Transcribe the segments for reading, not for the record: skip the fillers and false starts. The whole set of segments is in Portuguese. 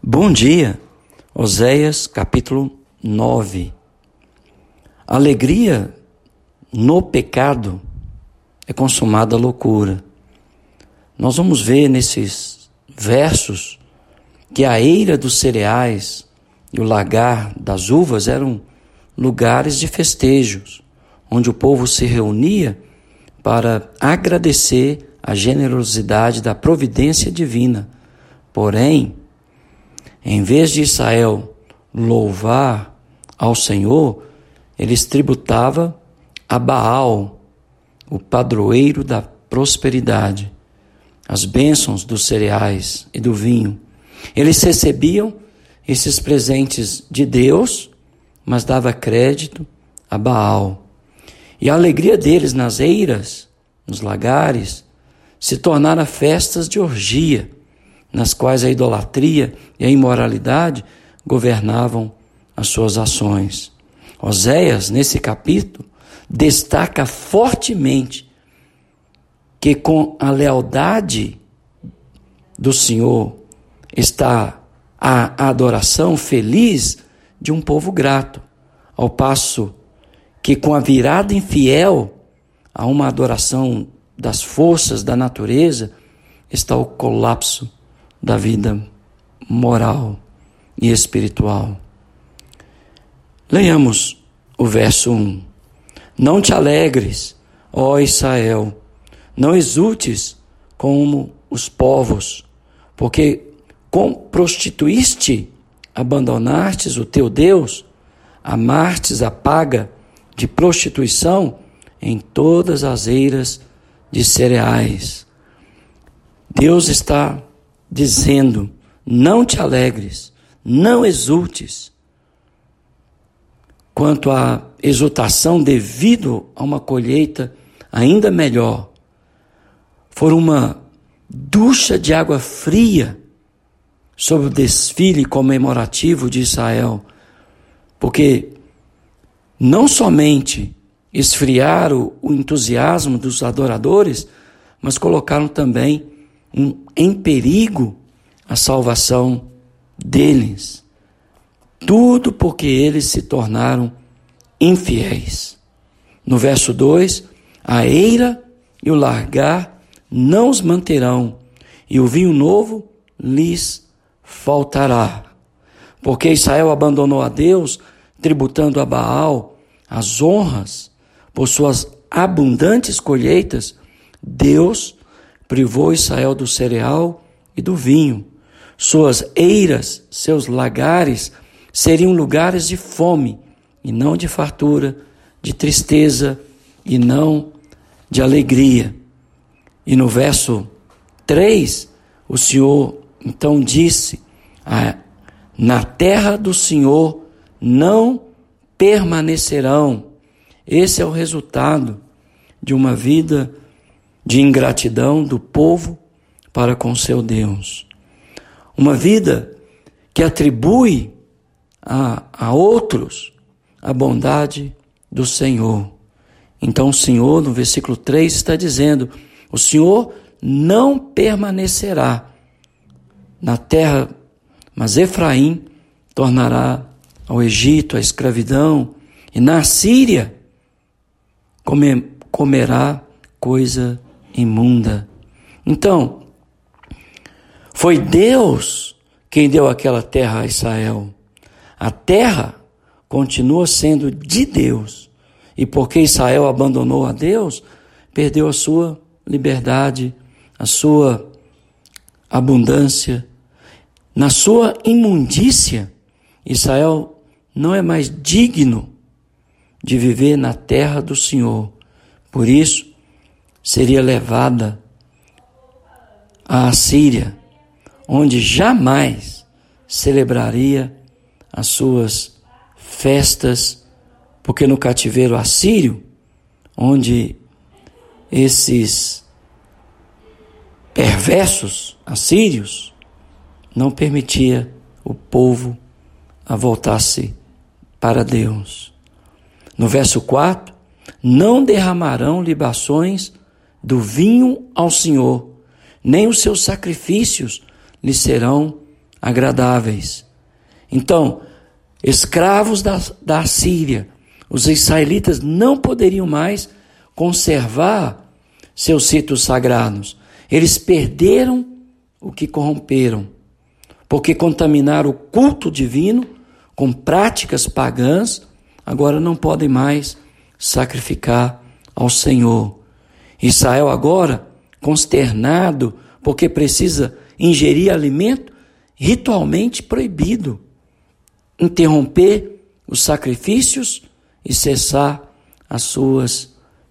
Bom dia, Oséias capítulo 9. Alegria no pecado é consumada loucura. Nós vamos ver nesses versos que a eira dos cereais e o lagar das uvas eram lugares de festejos, onde o povo se reunia para agradecer a generosidade da providência divina. Porém, em vez de Israel louvar ao Senhor, eles tributavam a Baal, o padroeiro da prosperidade, as bênçãos dos cereais e do vinho. Eles recebiam esses presentes de Deus, mas dava crédito a Baal. E a alegria deles nas eiras, nos lagares, se tornaram festas de orgia, nas quais a idolatria e a imoralidade governavam as suas ações. Oséias, nesse capítulo, destaca fortemente que com a lealdade do Senhor está a adoração feliz de um povo grato, ao passo que com a virada infiel a uma adoração das forças da natureza está o colapso da vida moral e espiritual. Leiamos o verso 1. Não te alegres, ó Israel, não exultes como os povos, porque prostituíste, abandonastes o teu Deus, amastes a paga de prostituição em todas as eiras de cereais. Deus está dizendo: não te alegres, não exultes, quanto à exultação devido a uma colheita ainda melhor. For uma ducha de água fria sobre o desfile comemorativo de Israel, porque não somente esfriaram o entusiasmo dos adoradores, mas colocaram também em perigo a salvação deles. Tudo porque eles se tornaram infiéis. No verso 2, a eira e o largar não os manterão, e o vinho novo lhes faltará. Porque Israel abandonou a Deus, tributando a Baal as honras por suas abundantes colheitas, Deus privou Israel do cereal e do vinho. Suas eiras, seus lagares, seriam lugares de fome e não de fartura, de tristeza e não de alegria. E no verso 3, o Senhor então disse: na terra do Senhor não permanecerão. Esse é o resultado de uma vida de ingratidão do povo para com seu Deus. Uma vida que atribui a outros a bondade do Senhor. Então o Senhor, no versículo 3, está dizendo: o Senhor não permanecerá na terra, mas Efraim tornará ao Egito a escravidão, e na Síria comerá coisa imunda. Então, foi Deus quem deu aquela terra a Israel. A terra continua sendo de Deus. E porque Israel abandonou a Deus, perdeu a sua liberdade, a sua abundância. Na sua imundícia, Israel não é mais digno de viver na terra do Senhor. Por isso, seria levada à Assíria, onde jamais celebraria as suas festas, porque no cativeiro assírio, onde esses perversos assírios não permitia o povo a voltar-se para Deus. No verso 4, não derramarão libações do vinho ao Senhor, nem os seus sacrifícios lhe serão agradáveis. Então, escravos da Assíria, os israelitas não poderiam mais conservar seus ritos sagrados. Eles perderam o que corromperam, porque contaminaram o culto divino com práticas pagãs, agora não podem mais sacrificar ao Senhor. Israel agora, consternado, porque precisa ingerir alimento ritualmente proibido, interromper os sacrifícios e cessar as suas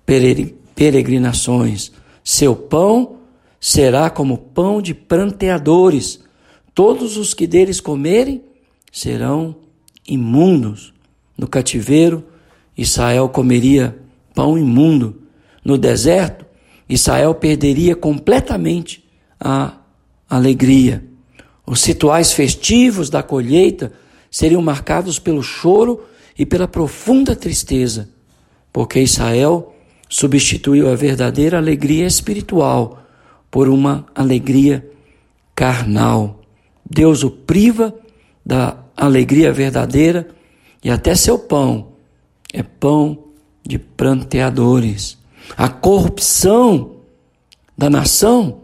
peregrinações. Seu pão será como pão de pranteadores. Todos os que deles comerem serão imundos. No cativeiro, Israel comeria pão imundo. No deserto, Israel perderia completamente a alegria. Os rituais festivos da colheita seriam marcados pelo choro e pela profunda tristeza, porque Israel substituiu a verdadeira alegria espiritual por uma alegria carnal. Deus o priva da alegria verdadeira e até seu pão é pão de pranteadores. A corrupção da nação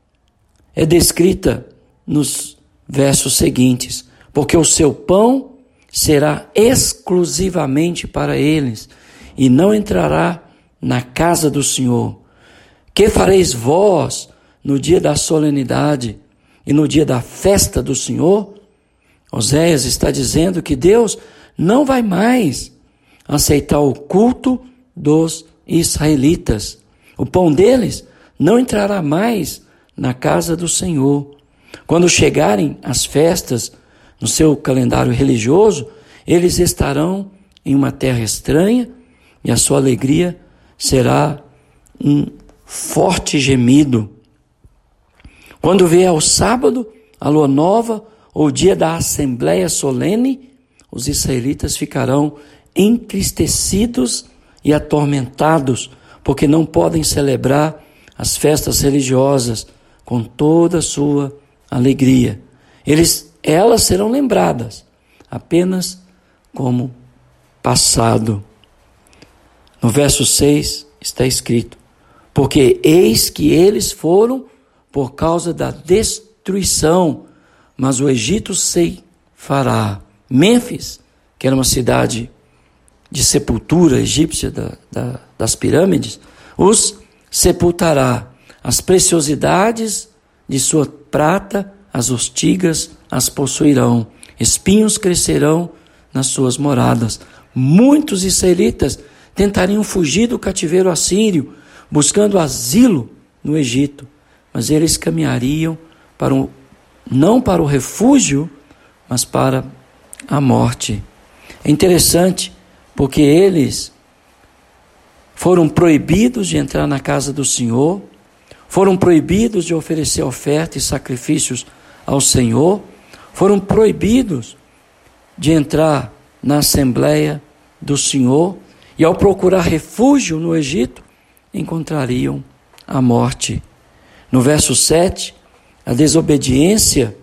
é descrita nos versos seguintes, porque o seu pão será exclusivamente para eles e não entrará na casa do Senhor. Que fareis vós no dia da solenidade e no dia da festa do Senhor? Oséias está dizendo que Deus não vai mais aceitar o culto dos israelitas. O pão deles não entrará mais na casa do Senhor. Quando chegarem as festas no seu calendário religioso, eles estarão em uma terra estranha e a sua alegria será um forte gemido. Quando vier o sábado, a lua nova ou o dia da assembleia solene, os israelitas ficarão entristecidos e atormentados, porque não podem celebrar as festas religiosas com toda a sua alegria. Elas serão lembradas apenas como passado. No verso 6 está escrito: porque eis que eles foram por causa da destruição, mas o Egito ceifará. Mênfis, que era uma cidade de sepultura egípcia das pirâmides, os sepultará. As preciosidades de sua prata, as ortigas as possuirão. Espinhos crescerão nas suas moradas. Muitos israelitas tentariam fugir do cativeiro assírio, buscando asilo no Egito, mas eles caminhariam não para o refúgio, mas para a morte. É interessante, porque eles foram proibidos de entrar na casa do Senhor, foram proibidos de oferecer ofertas e sacrifícios ao Senhor, foram proibidos de entrar na Assembleia do Senhor, e ao procurar refúgio no Egito, encontrariam a morte. No verso 7, a desobediência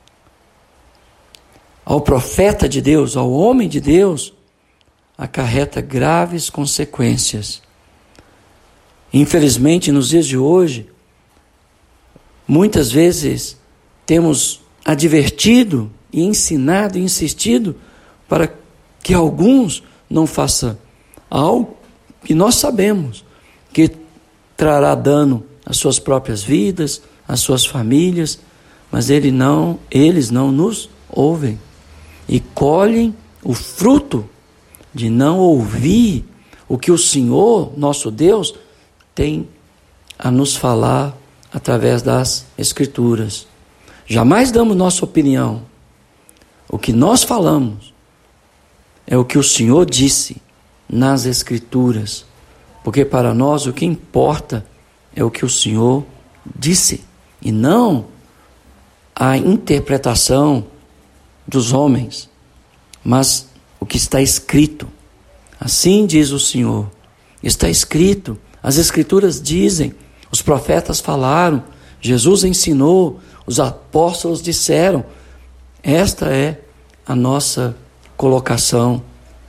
ao profeta de Deus, ao homem de Deus, acarreta graves consequências. Infelizmente, nos dias de hoje, muitas vezes temos advertido e ensinado e insistido para que alguns não façam algo que nós sabemos que trará dano às suas próprias vidas, às suas famílias, mas eles não nos ouvem e colhem o fruto de não ouvir o que o Senhor, nosso Deus, tem a nos falar através das Escrituras. Jamais damos nossa opinião. O que nós falamos é o que o Senhor disse nas Escrituras, porque para nós o que importa é o que o Senhor disse, e não a interpretação dos homens, mas o que está escrito. Assim diz o Senhor, está escrito, as Escrituras dizem, os profetas falaram, Jesus ensinou, os apóstolos disseram, Esta é a nossa colocação.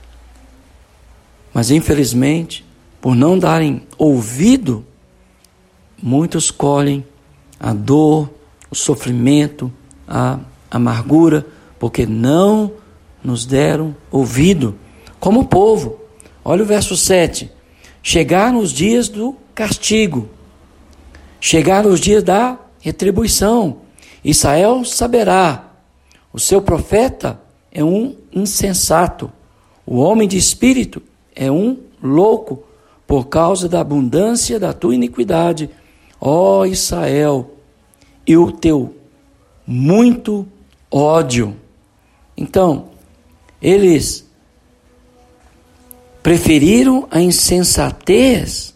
Mas infelizmente, por não darem ouvido, muitos colhem a dor, o sofrimento, a amargura, porque não nos deram ouvido, como o povo. Olha o verso 7. Chegaram os dias do castigo, chegaram os dias da retribuição. Israel saberá, o seu profeta é um insensato, o homem de espírito é um louco, por causa da abundância da tua iniquidade, ó Israel, e o teu muito ódio. Então, eles preferiram a insensatez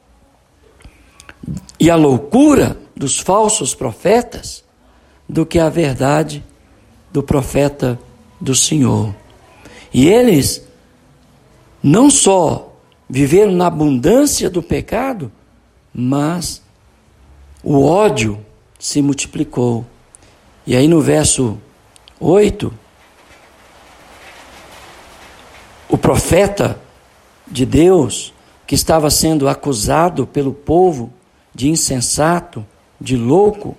e a loucura dos falsos profetas do que a verdade do profeta do Senhor. E eles não só viveram na abundância do pecado, mas o ódio se multiplicou. E aí no verso 8, o profeta de Deus, que estava sendo acusado pelo povo de insensato, de louco,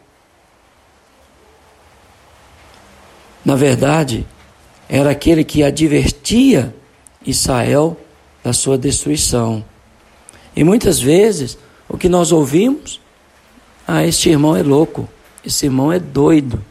na verdade, era aquele que advertia Israel da sua destruição. E muitas vezes, o que nós ouvimos, este irmão é louco, esse irmão é doido.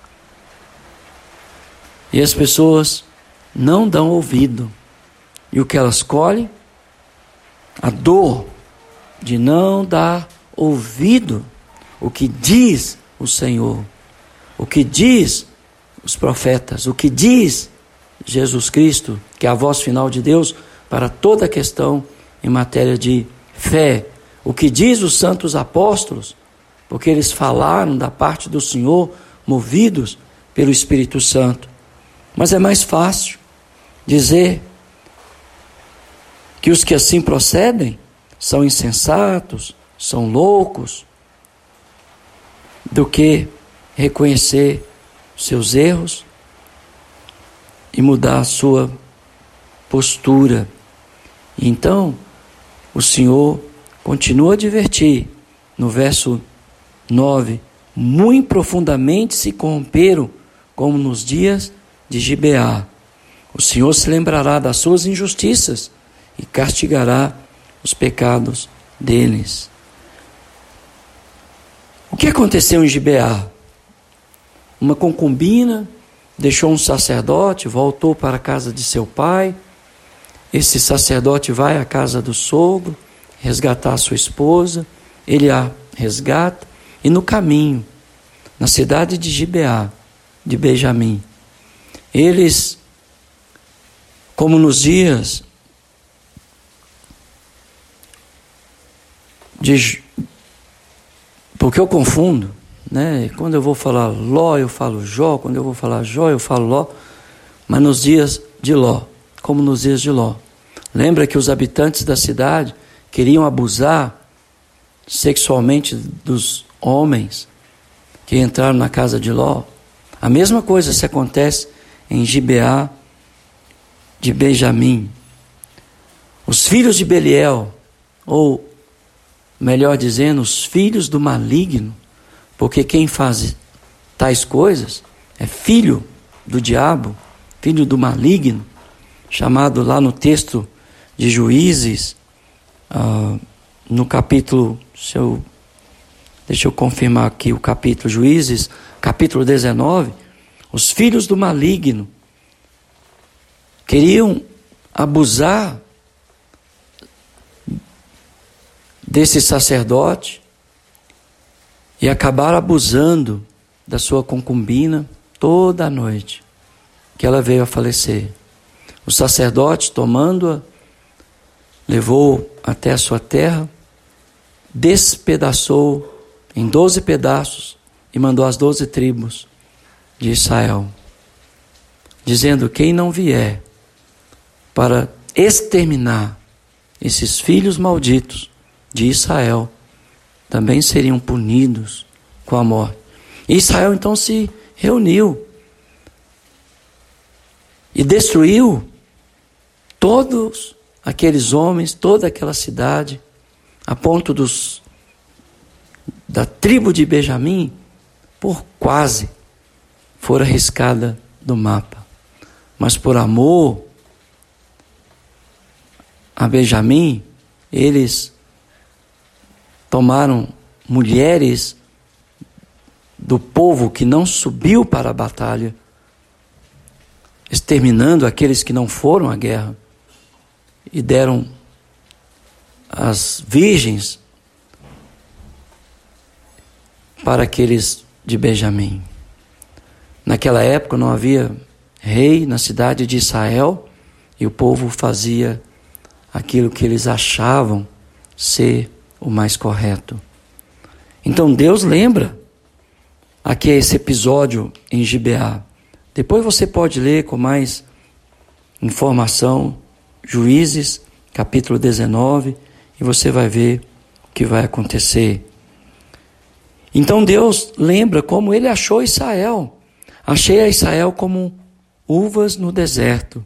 E as pessoas não dão ouvido. E o que elas colhem? A dor de não dar ouvido o que diz o Senhor, o que diz os profetas, o que diz Jesus Cristo, que é a voz final de Deus para toda a questão em matéria de fé, o que diz os santos apóstolos, porque eles falaram da parte do Senhor, movidos pelo Espírito Santo. Mas é mais fácil dizer que os que assim procedem são insensatos, são loucos, do que reconhecer seus erros e mudar a sua postura. Então, o Senhor continua a advertir no verso 9: muito profundamente se corromperam, como nos dias de Gibeá. O Senhor se lembrará das suas injustiças e castigará os pecados deles. O que aconteceu em Gibeá? Uma concubina deixou um sacerdote, voltou para a casa de seu pai. Esse sacerdote vai à casa do sogro resgatar a sua esposa, ele a resgata, e no caminho, na cidade de Gibeá, de Benjamim, eles, como nos dias de... Porque eu confundo, né? Quando eu vou falar Ló, eu falo Jó, quando eu vou falar Jó, eu falo Ló, mas nos dias de Ló, como nos dias de Ló. Lembra que os habitantes da cidade queriam abusar sexualmente dos homens que entraram na casa de Ló? A mesma coisa se acontece em Gibeá de Benjamim. Os filhos de Beliel, ou melhor dizendo, os filhos do maligno, porque quem faz tais coisas é filho do diabo, filho do maligno, chamado lá no texto de Juízes, no capítulo, deixa eu confirmar aqui o capítulo, Juízes, capítulo 19, os filhos do maligno queriam abusar desse sacerdote e acabaram abusando da sua concubina toda a noite, que ela veio a falecer. O sacerdote, tomando-a, levou até a sua terra, despedaçou em 12 pedaços e mandou as 12 tribos de Israel, dizendo: quem não vier para exterminar esses filhos malditos de Israel, também seriam punidos com a morte. E Israel então se reuniu e destruiu todos aqueles homens, toda aquela cidade, a ponto da tribo de Benjamim, por quase, fora arriscada do mapa. Mas por amor a Benjamim, eles tomaram mulheres do povo que não subiu para a batalha, exterminando aqueles que não foram à guerra, e deram as virgens para aqueles de Benjamim. Naquela época não havia rei na cidade de Israel, e o povo fazia aquilo que eles achavam ser o mais correto. Então Deus lembra aqui esse episódio em Gibeá. Depois você pode ler com mais informação, Juízes, capítulo 19, e você vai ver o que vai acontecer. Então Deus lembra como ele achou Israel. Achei a Israel como uvas no deserto.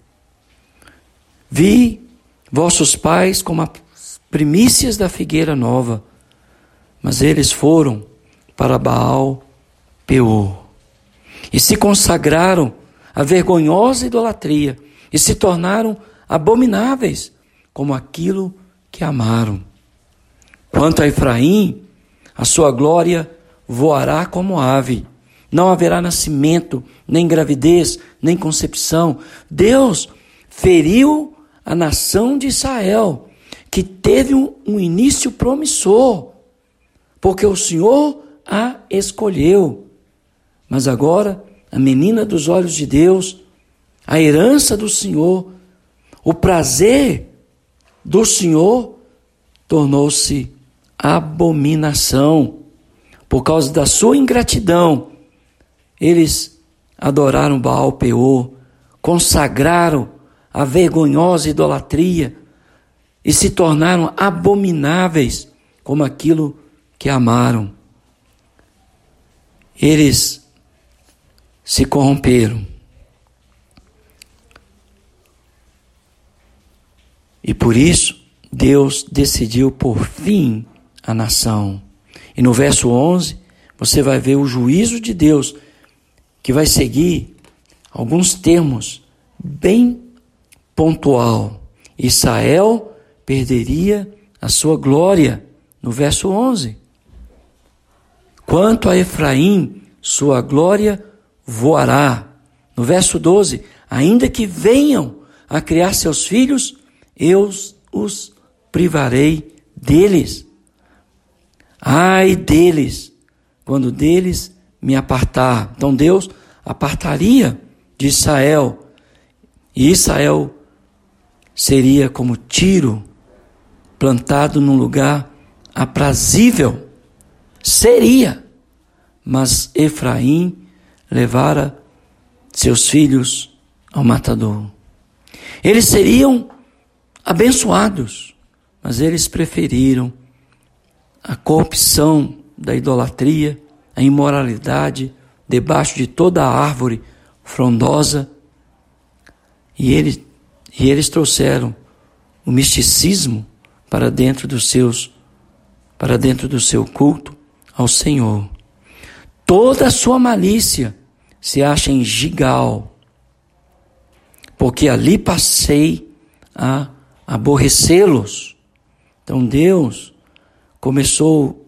Vi vossos pais como as primícias da figueira nova, mas eles foram para Baal Peor e se consagraram à vergonhosa idolatria e se tornaram abomináveis como aquilo que amaram. Quanto a Efraim, a sua glória voará como ave. Não haverá nascimento, nem gravidez, nem concepção. Deus feriu a nação de Israel, que teve um início promissor, porque o Senhor a escolheu. Mas agora, a menina dos olhos de Deus, a herança do Senhor, o prazer do Senhor, tornou-se abominação. Por causa da sua ingratidão, eles adoraram Baal Peor, consagraram a vergonhosa idolatria e se tornaram abomináveis como aquilo que amaram. Eles se corromperam. E por isso, Deus decidiu pôr fim à nação. E no verso 11, você vai ver o juízo de Deus, que vai seguir alguns termos bem pontual. Israel perderia a sua glória, no verso 11. Quanto a Efraim, sua glória voará. No verso 12, ainda que venham a criar seus filhos, eu os privarei deles. Ai deles, quando deles me apartar. Então Deus apartaria de Israel, e Israel seria como Tiro, plantado num lugar aprazível. Seria, mas Efraim levara seus filhos ao matador. Eles seriam abençoados, mas eles preferiram a corrupção da idolatria, a imoralidade debaixo de toda a árvore frondosa, e eles trouxeram o misticismo para dentro do seu culto ao Senhor. Toda a sua malícia se acha em Gigal, porque ali passei a aborrecê-los. Então Deus começou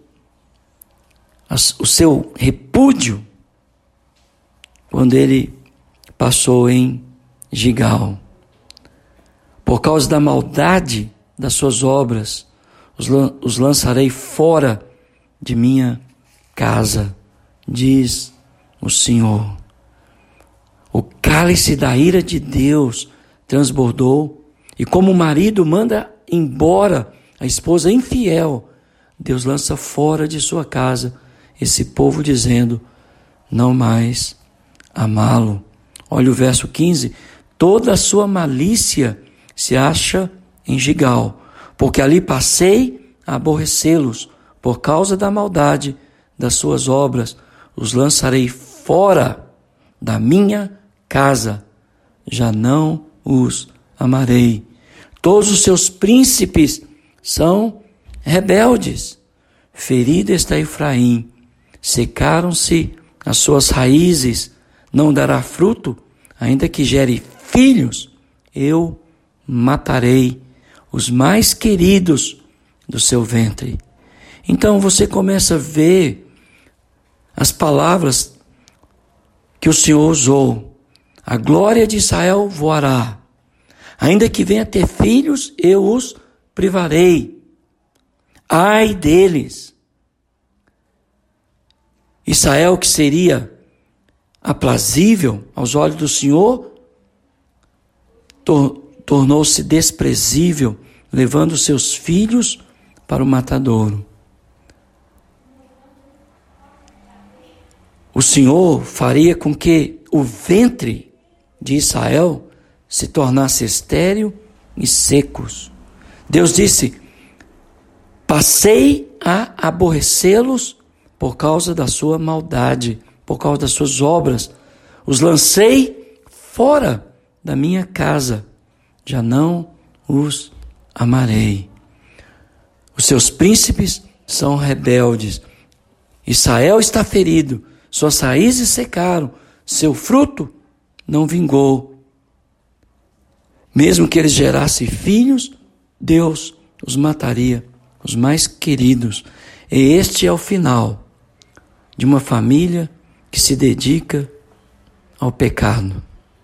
o seu repúdio quando ele passou em Gigal. Por causa da maldade das suas obras, os lançarei fora de minha casa, diz o Senhor. O cálice da ira de Deus transbordou, e como o marido manda embora a esposa infiel, Deus lança fora de sua casa esse povo, dizendo: não mais amá-lo. Olha o verso 15: toda a sua malícia se acha em Gigal, porque ali passei a aborrecê-los, por causa da maldade das suas obras, os lançarei fora da minha casa, já não os amarei. Todos os seus príncipes são rebeldes. Ferido está Efraim, secaram-se as suas raízes, não dará fruto, ainda que gere filhos, eu matarei os mais queridos do seu ventre. Então você começa a ver as palavras que o Senhor usou. A glória de Israel voará. Ainda que venha ter filhos, eu os privarei. Ai deles. Israel, que seria aprazível aos olhos do Senhor, tornou-se desprezível, levando seus filhos para o matadouro. O Senhor faria com que o ventre de Israel se tornasse estéril e secos. Deus disse: passei a aborrecê-los por causa da sua maldade, por causa das suas obras. Os lancei fora da minha casa, já não os amarei. Os seus príncipes são rebeldes. Israel está ferido, suas raízes secaram, seu fruto não vingou. Mesmo que eles gerassem filhos, Deus os mataria, os mais queridos. E este é o final de uma família que se dedica ao pecado.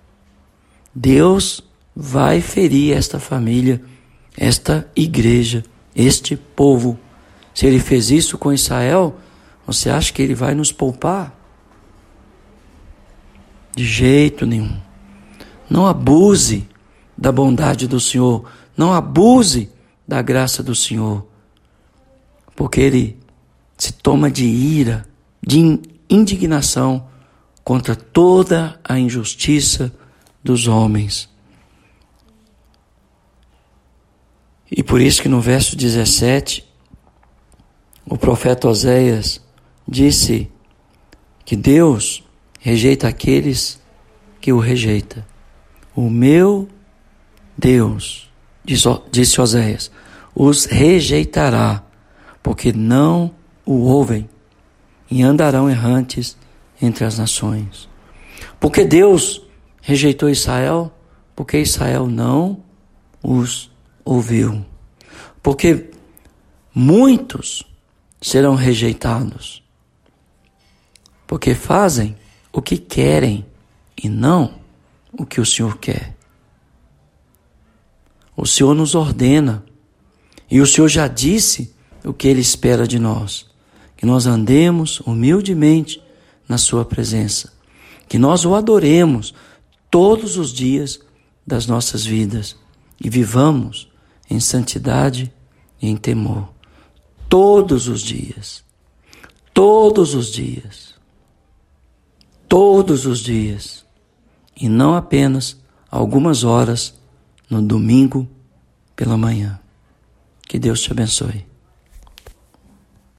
Deus vai ferir esta família, esta igreja, este povo. Se ele fez isso com Israel, você acha que ele vai nos poupar? De jeito nenhum. Não abuse da bondade do Senhor, não abuse da graça do Senhor, porque ele se toma de ira, de indignação contra toda a injustiça dos homens. E por isso que no verso 17, o profeta Oséias disse que Deus rejeita aqueles que o rejeitam. O meu Deus, disse Oséias, os rejeitará, porque não o ouvem e andarão errantes entre as nações. Porque Deus rejeitou Israel? Porque Israel não os ouviu. Porque muitos serão rejeitados, porque fazem o que querem e não o que o Senhor quer. O Senhor nos ordena, e o Senhor já disse o que Ele espera de nós, que nós andemos humildemente na sua presença, que nós o adoremos todos os dias das nossas vidas e vivamos em santidade e em temor, todos os dias, todos os dias, todos os dias, e não apenas algumas horas no domingo pela manhã. Que Deus te abençoe.